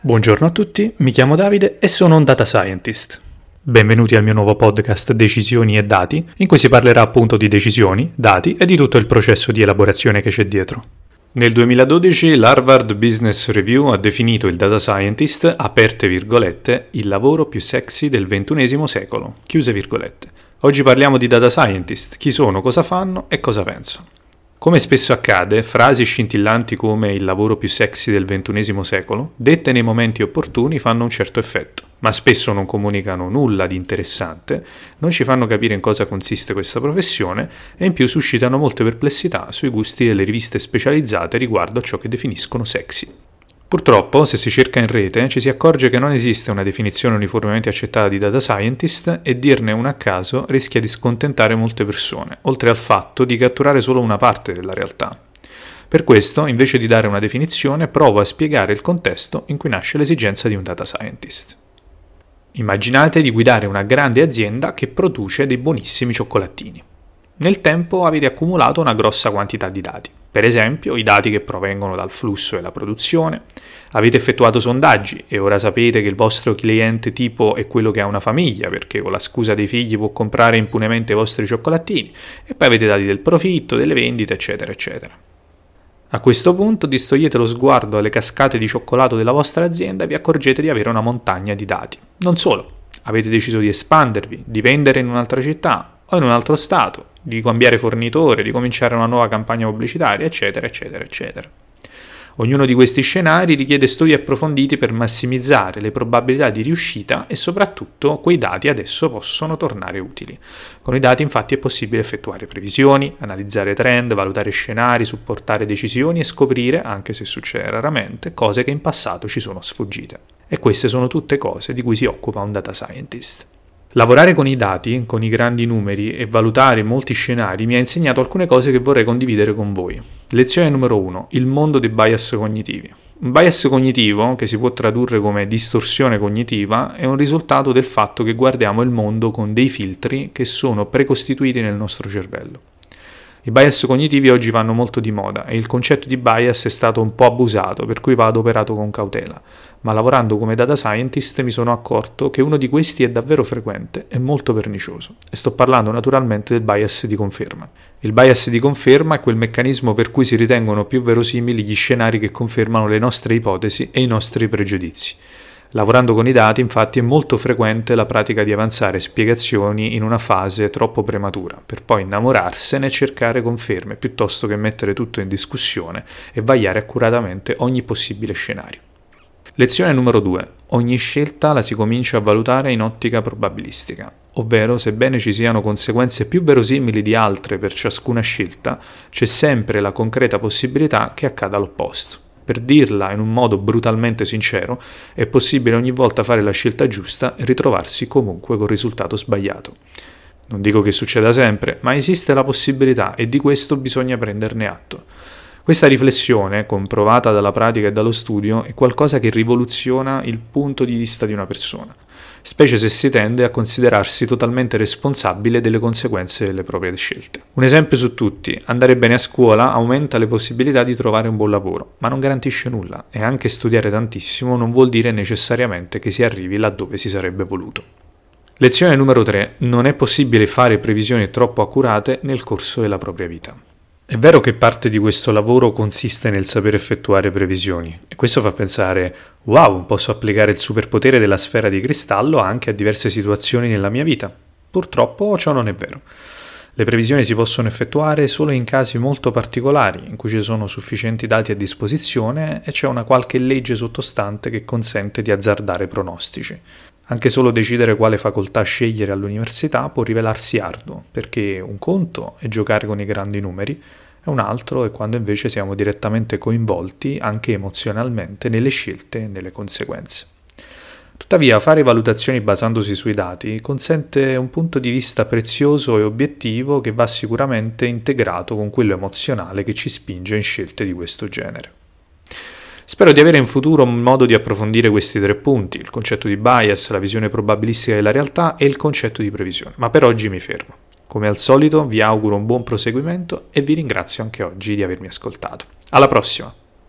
Buongiorno a tutti, mi chiamo Davide e sono un data scientist. Benvenuti al mio nuovo podcast Decisioni e Dati, in cui si parlerà appunto di decisioni, dati e di tutto il processo di elaborazione che c'è dietro. Nel 2012 l'Harvard Business Review ha definito il data scientist, aperte virgolette, il lavoro più sexy del XXI secolo, chiuse virgolette. Oggi parliamo di data scientist, chi sono, cosa fanno e cosa pensano. Come spesso accade, frasi scintillanti come il lavoro più sexy del XXI secolo, dette nei momenti opportuni, fanno un certo effetto, ma spesso non comunicano nulla di interessante, non ci fanno capire in cosa consiste questa professione e in più suscitano molte perplessità sui gusti delle riviste specializzate riguardo a ciò che definiscono sexy. Purtroppo, se si cerca in rete, ci si accorge che non esiste una definizione uniformemente accettata di data scientist e dirne una a caso rischia di scontentare molte persone, oltre al fatto di catturare solo una parte della realtà. Per questo, invece di dare una definizione, provo a spiegare il contesto in cui nasce l'esigenza di un data scientist. Immaginate di guidare una grande azienda che produce dei buonissimi cioccolatini. Nel tempo avete accumulato una grossa quantità di dati. Per esempio, i dati che provengono dal flusso e la produzione, avete effettuato sondaggi e ora sapete che il vostro cliente tipo è quello che ha una famiglia, perché con la scusa dei figli può comprare impunemente i vostri cioccolatini, e poi avete dati del profitto, delle vendite, eccetera, eccetera. A questo punto distogliete lo sguardo alle cascate di cioccolato della vostra azienda e vi accorgete di avere una montagna di dati. Non solo, avete deciso di espandervi, di vendere in un'altra città o in un altro stato, di cambiare fornitore, di cominciare una nuova campagna pubblicitaria, eccetera, eccetera, eccetera. Ognuno di questi scenari richiede studi approfonditi per massimizzare le probabilità di riuscita e soprattutto quei dati adesso possono tornare utili. Con i dati infatti è possibile effettuare previsioni, analizzare trend, valutare scenari, supportare decisioni e scoprire, anche se succede raramente, cose che in passato ci sono sfuggite. E queste sono tutte cose di cui si occupa un data scientist. Lavorare con i dati, con i grandi numeri e valutare molti scenari mi ha insegnato alcune cose che vorrei condividere con voi. Lezione numero 1. Il mondo dei bias cognitivi. Un bias cognitivo, che si può tradurre come distorsione cognitiva, è un risultato del fatto che guardiamo il mondo con dei filtri che sono precostituiti nel nostro cervello. I bias cognitivi oggi vanno molto di moda e il concetto di bias è stato un po' abusato, per cui va adoperato con cautela, ma lavorando come data scientist mi sono accorto che uno di questi è davvero frequente e molto pernicioso, e sto parlando naturalmente del bias di conferma. Il bias di conferma è quel meccanismo per cui si ritengono più verosimili gli scenari che confermano le nostre ipotesi e i nostri pregiudizi. Lavorando con i dati, infatti, è molto frequente la pratica di avanzare spiegazioni in una fase troppo prematura, per poi innamorarsene e cercare conferme, piuttosto che mettere tutto in discussione e vagliare accuratamente ogni possibile scenario. Lezione numero 2. Ogni scelta la si comincia a valutare in ottica probabilistica, ovvero sebbene ci siano conseguenze più verosimili di altre per ciascuna scelta, c'è sempre la concreta possibilità che accada l'opposto. Per dirla in un modo brutalmente sincero, è possibile ogni volta fare la scelta giusta e ritrovarsi comunque col risultato sbagliato. Non dico che succeda sempre, ma esiste la possibilità e di questo bisogna prenderne atto. Questa riflessione, comprovata dalla pratica e dallo studio, è qualcosa che rivoluziona il punto di vista di una persona, specie se si tende a considerarsi totalmente responsabile delle conseguenze delle proprie scelte. Un esempio su tutti: andare bene a scuola aumenta le possibilità di trovare un buon lavoro, ma non garantisce nulla, e anche studiare tantissimo non vuol dire necessariamente che si arrivi laddove si sarebbe voluto. Lezione numero 3. Non è possibile fare previsioni troppo accurate nel corso della propria vita. È vero che parte di questo lavoro consiste nel saper effettuare previsioni, e questo fa pensare: wow, posso applicare il superpotere della sfera di cristallo anche a diverse situazioni nella mia vita. Purtroppo ciò non è vero. Le previsioni si possono effettuare solo in casi molto particolari, in cui ci sono sufficienti dati a disposizione e c'è una qualche legge sottostante che consente di azzardare pronostici. Anche solo decidere quale facoltà scegliere all'università può rivelarsi arduo, perché un conto è giocare con i grandi numeri, e un altro è quando invece siamo direttamente coinvolti, anche emozionalmente, nelle scelte e nelle conseguenze. Tuttavia, fare valutazioni basandosi sui dati consente un punto di vista prezioso e obiettivo che va sicuramente integrato con quello emozionale che ci spinge in scelte di questo genere. Spero di avere in futuro un modo di approfondire questi 3 punti, il concetto di bias, la visione probabilistica della realtà e il concetto di previsione, ma per oggi mi fermo. Come al solito vi auguro un buon proseguimento e vi ringrazio anche oggi di avermi ascoltato. Alla prossima!